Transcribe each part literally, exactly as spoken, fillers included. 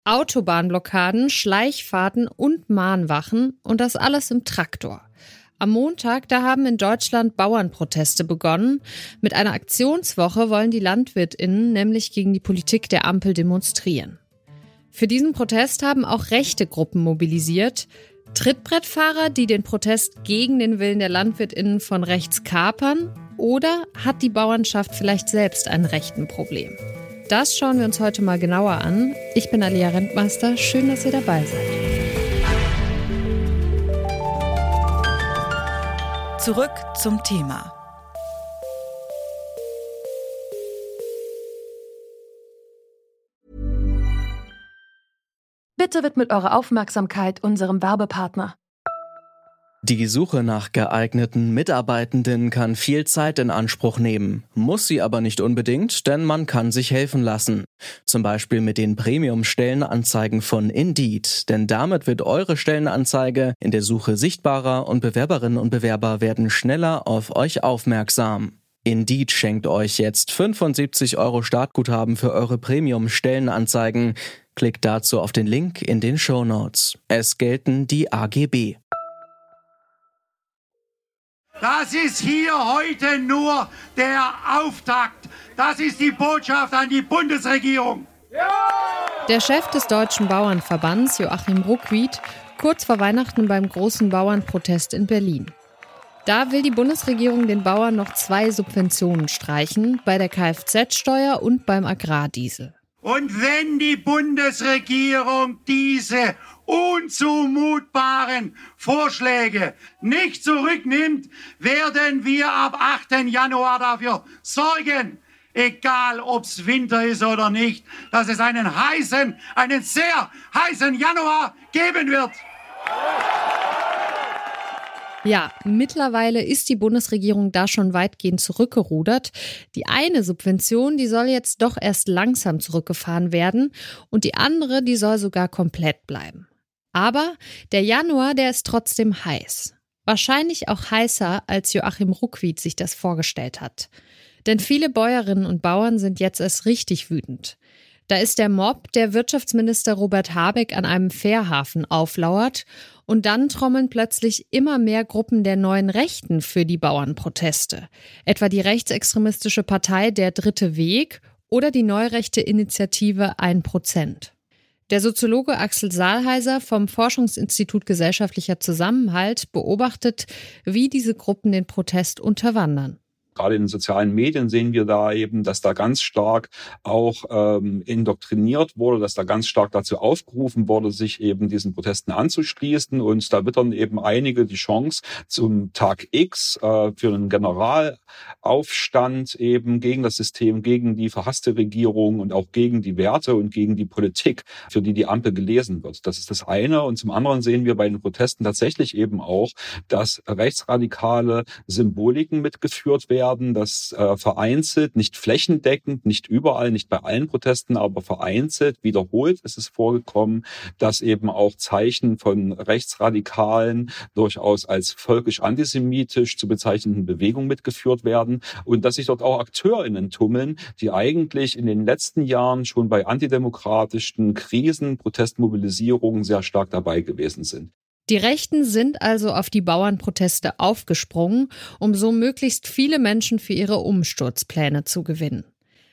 Autobahnblockaden, Schleichfahrten und Mahnwachen und das alles im Traktor. Am Montag, da haben in Deutschland Bauernproteste begonnen. Mit einer Aktionswoche wollen die LandwirtInnen nämlich gegen die Politik der Ampel demonstrieren. Für diesen Protest haben auch rechte Gruppen mobilisiert. Trittbrettfahrer, die den Protest gegen den Willen der LandwirtInnen von rechts kapern? Oder hat die Bauernschaft vielleicht selbst ein Rechtenproblem? Das schauen wir uns heute mal genauer an. Ich bin Alia Rentmeister. Schön, dass ihr dabei seid. Zurück zum Thema. Bitte widmet eure Aufmerksamkeit unserem Werbepartner. Die Suche nach geeigneten Mitarbeitenden kann viel Zeit in Anspruch nehmen, muss sie aber nicht unbedingt, denn man kann sich helfen lassen. Zum Beispiel mit den Premium-Stellenanzeigen von Indeed, denn damit wird eure Stellenanzeige in der Suche sichtbarer und Bewerberinnen und Bewerber werden schneller auf euch aufmerksam. Indeed schenkt euch jetzt fünfundsiebzig Euro Startguthaben für eure Premium-Stellenanzeigen. Klickt dazu auf den Link in den Shownotes. Es gelten die A G B. Das ist hier heute nur der Auftakt. Das ist die Botschaft an die Bundesregierung. Der Chef des Deutschen Bauernverbands, Joachim Ruckwied, kurz vor Weihnachten beim großen Bauernprotest in Berlin. Da will die Bundesregierung den Bauern noch zwei Subventionen streichen, bei der Kfz-Steuer und beim Agrardiesel. Und wenn die Bundesregierung diese unzumutbaren Vorschläge nicht zurücknimmt, werden wir ab achten Januar dafür sorgen, egal ob es Winter ist oder nicht, dass es einen heißen, einen sehr heißen Januar geben wird. Ja, mittlerweile ist die Bundesregierung da schon weitgehend zurückgerudert. Die eine Subvention, die soll jetzt doch erst langsam zurückgefahren werden und die andere, die soll sogar komplett bleiben. Aber der Januar, der ist trotzdem heiß. Wahrscheinlich auch heißer, als Joachim Ruckwied sich das vorgestellt hat. Denn viele Bäuerinnen und Bauern sind jetzt erst richtig wütend. Da ist der Mob, der Wirtschaftsminister Robert Habeck an einem Fährhafen auflauert und dann trommeln plötzlich immer mehr Gruppen der neuen Rechten für die Bauernproteste. Etwa die rechtsextremistische Partei Der Dritte Weg oder die neurechte Initiative ein Prozent. Der Soziologe Axel Saalheiser vom Forschungsinstitut Gesellschaftlicher Zusammenhalt beobachtet, wie diese Gruppen den Protest unterwandern. Gerade in den sozialen Medien sehen wir da eben, dass da ganz stark auch ähm, indoktriniert wurde, dass da ganz stark dazu aufgerufen wurde, sich eben diesen Protesten anzuschließen. Und da wittern eben einige die Chance zum Tag X äh, für einen Generalaufstand eben gegen das System, gegen die verhasste Regierung und auch gegen die Werte und gegen die Politik, für die die Ampel gelesen wird. Das ist das eine. Und zum anderen sehen wir bei den Protesten tatsächlich eben auch, dass rechtsradikale Symboliken mitgeführt werden, dass äh, vereinzelt, nicht flächendeckend, nicht überall, nicht bei allen Protesten, aber vereinzelt, wiederholt ist es vorgekommen, dass eben auch Zeichen von Rechtsradikalen durchaus als völkisch-antisemitisch zu bezeichnenden Bewegungen mitgeführt werden und dass sich dort auch AkteurInnen tummeln, die eigentlich in den letzten Jahren schon bei antidemokratischen Krisen, Protestmobilisierungen sehr stark dabei gewesen sind. Die Rechten sind also auf die Bauernproteste aufgesprungen, um so möglichst viele Menschen für ihre Umsturzpläne zu gewinnen.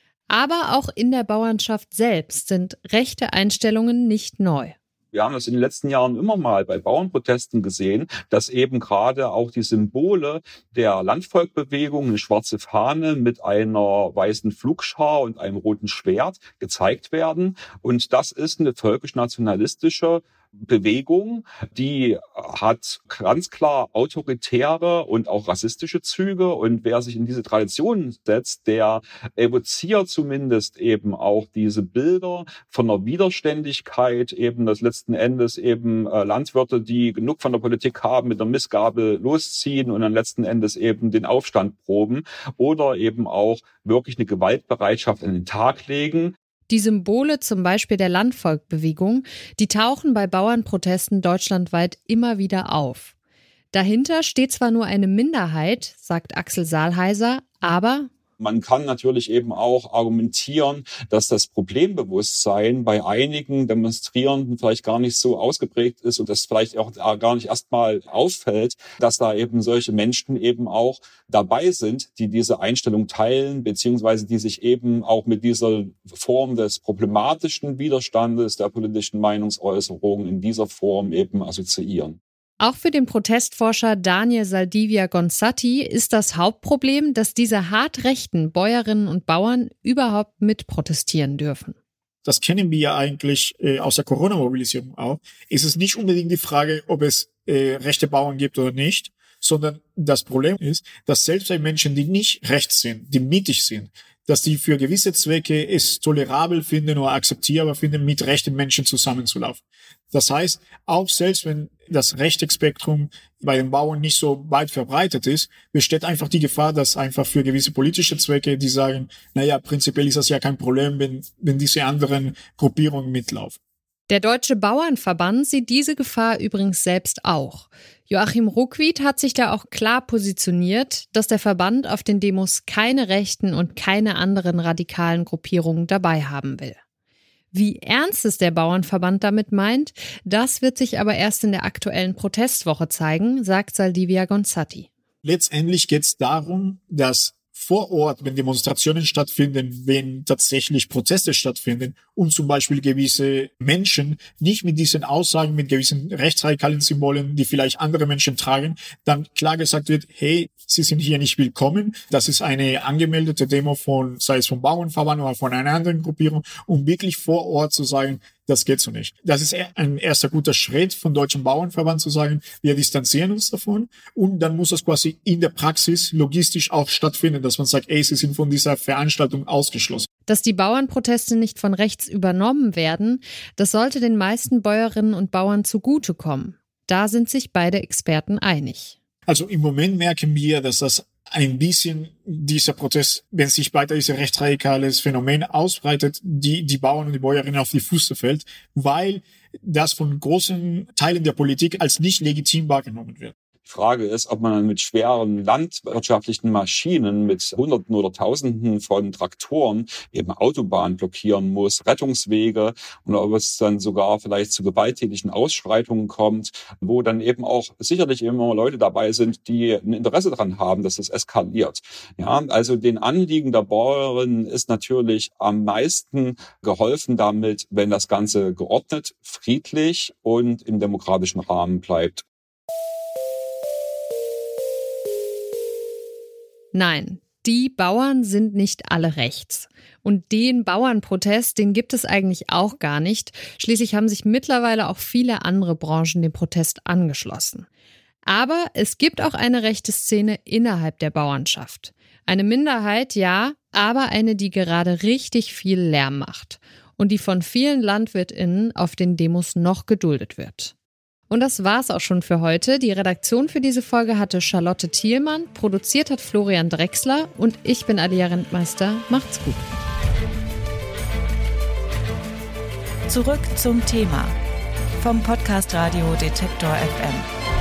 Aber auch in der Bauernschaft selbst sind rechte Einstellungen nicht neu. Wir haben das in den letzten Jahren immer mal bei Bauernprotesten gesehen, dass eben gerade auch die Symbole der Landvolkbewegung, eine schwarze Fahne mit einer weißen Pflugschar und einem roten Schwert gezeigt werden. Und das ist eine völkisch-nationalistische Bewegung, die hat ganz klar autoritäre und auch rassistische Züge und wer sich in diese Tradition setzt, der evoziert zumindest eben auch diese Bilder von einer Widerständigkeit, eben das letzten Endes eben äh, Landwirte, die genug von der Politik haben, mit der Mistgabel losziehen und dann letzten Endes eben den Aufstand proben oder eben auch wirklich eine Gewaltbereitschaft an den Tag legen. Die Symbole, zum Beispiel der Landvolkbewegung, die tauchen bei Bauernprotesten deutschlandweit immer wieder auf. Dahinter steht zwar nur eine Minderheit, sagt Axel Saalheiser, aber Man kann natürlich eben auch argumentieren, dass das Problembewusstsein bei einigen Demonstrierenden vielleicht gar nicht so ausgeprägt ist und das vielleicht auch gar nicht erstmal auffällt, dass da eben solche Menschen eben auch dabei sind, die diese Einstellung teilen, beziehungsweise die sich eben auch mit dieser Form des problematischen Widerstandes der politischen Meinungsäußerung in dieser Form eben assoziieren. Auch für den Protestforscher Daniel Saldivia-Gonzatti ist das Hauptproblem, dass diese hart rechten Bäuerinnen und Bauern überhaupt mitprotestieren dürfen. Das kennen wir ja eigentlich äh, aus der Corona-Mobilisierung auch. Es ist nicht unbedingt die Frage, ob es äh, rechte Bauern gibt oder nicht, sondern das Problem ist, dass selbst bei Menschen, die nicht rechts sind, die mittig sind, dass die für gewisse Zwecke es tolerabel finden oder akzeptierbar finden, mit rechten Menschen zusammenzulaufen. Das heißt, auch selbst wenn das rechte Spektrum bei den Bauern nicht so weit verbreitet ist, besteht einfach die Gefahr, dass einfach für gewisse politische Zwecke, die sagen, naja, prinzipiell ist das ja kein Problem, wenn, wenn diese anderen Gruppierungen mitlaufen. Der Deutsche Bauernverband sieht diese Gefahr übrigens selbst auch. Joachim Ruckwied hat sich da auch klar positioniert, dass der Verband auf den Demos keine rechten und keine anderen radikalen Gruppierungen dabei haben will. Wie ernst es der Bauernverband damit meint, das wird sich aber erst in der aktuellen Protestwoche zeigen, sagt Saldivia-Gonzatti. Letztendlich geht es darum, dass vor Ort, wenn Demonstrationen stattfinden, wenn tatsächlich Proteste stattfinden und zum Beispiel gewisse Menschen nicht mit diesen Aussagen, mit gewissen rechtsradikalen Symbolen, die vielleicht andere Menschen tragen, dann klar gesagt wird, hey, Sie sind hier nicht willkommen. Das ist eine angemeldete Demo von, sei es vom Bauernverband oder von einer anderen Gruppierung, um wirklich vor Ort zu sagen, das geht so nicht. Das ist ein erster guter Schritt vom Deutschen Bauernverband zu sagen, wir distanzieren uns davon. Und dann muss das quasi in der Praxis logistisch auch stattfinden, dass man sagt, ey, sie sind von dieser Veranstaltung ausgeschlossen. Dass die Bauernproteste nicht von rechts übernommen werden, das sollte den meisten Bäuerinnen und Bauern zugutekommen. Da sind sich beide Experten einig. Also im Moment merken wir, dass das ein bisschen dieser Protest, wenn sich weiter dieses rechtsradikales Phänomen ausbreitet, die, die Bauern und die Bäuerinnen auf die Füße fällt, weil das von großen Teilen der Politik als nicht legitim wahrgenommen wird. Die Frage ist, ob man mit schweren landwirtschaftlichen Maschinen, mit Hunderten oder Tausenden von Traktoren eben Autobahnen blockieren muss, Rettungswege, und ob es dann sogar vielleicht zu gewalttätigen Ausschreitungen kommt, wo dann eben auch sicherlich immer Leute dabei sind, die ein Interesse daran haben, dass es eskaliert. Ja, also den Anliegen der Bäuerinnen ist natürlich am meisten geholfen damit, wenn das Ganze geordnet, friedlich und im demokratischen Rahmen bleibt. Nein, die Bauern sind nicht alle rechts. Und den Bauernprotest, den gibt es eigentlich auch gar nicht. Schließlich haben sich mittlerweile auch viele andere Branchen dem Protest angeschlossen. Aber es gibt auch eine rechte Szene innerhalb der Bauernschaft. Eine Minderheit, ja, aber eine, die gerade richtig viel Lärm macht und die von vielen LandwirtInnen auf den Demos noch geduldet wird. Und das war's auch schon für heute. Die Redaktion für diese Folge hatte Charlotte Thielmann, produziert hat Florian Drechsler und ich bin Alia Rentmeister. Macht's gut. Zurück zum Thema vom Podcast Radio Detektor F M.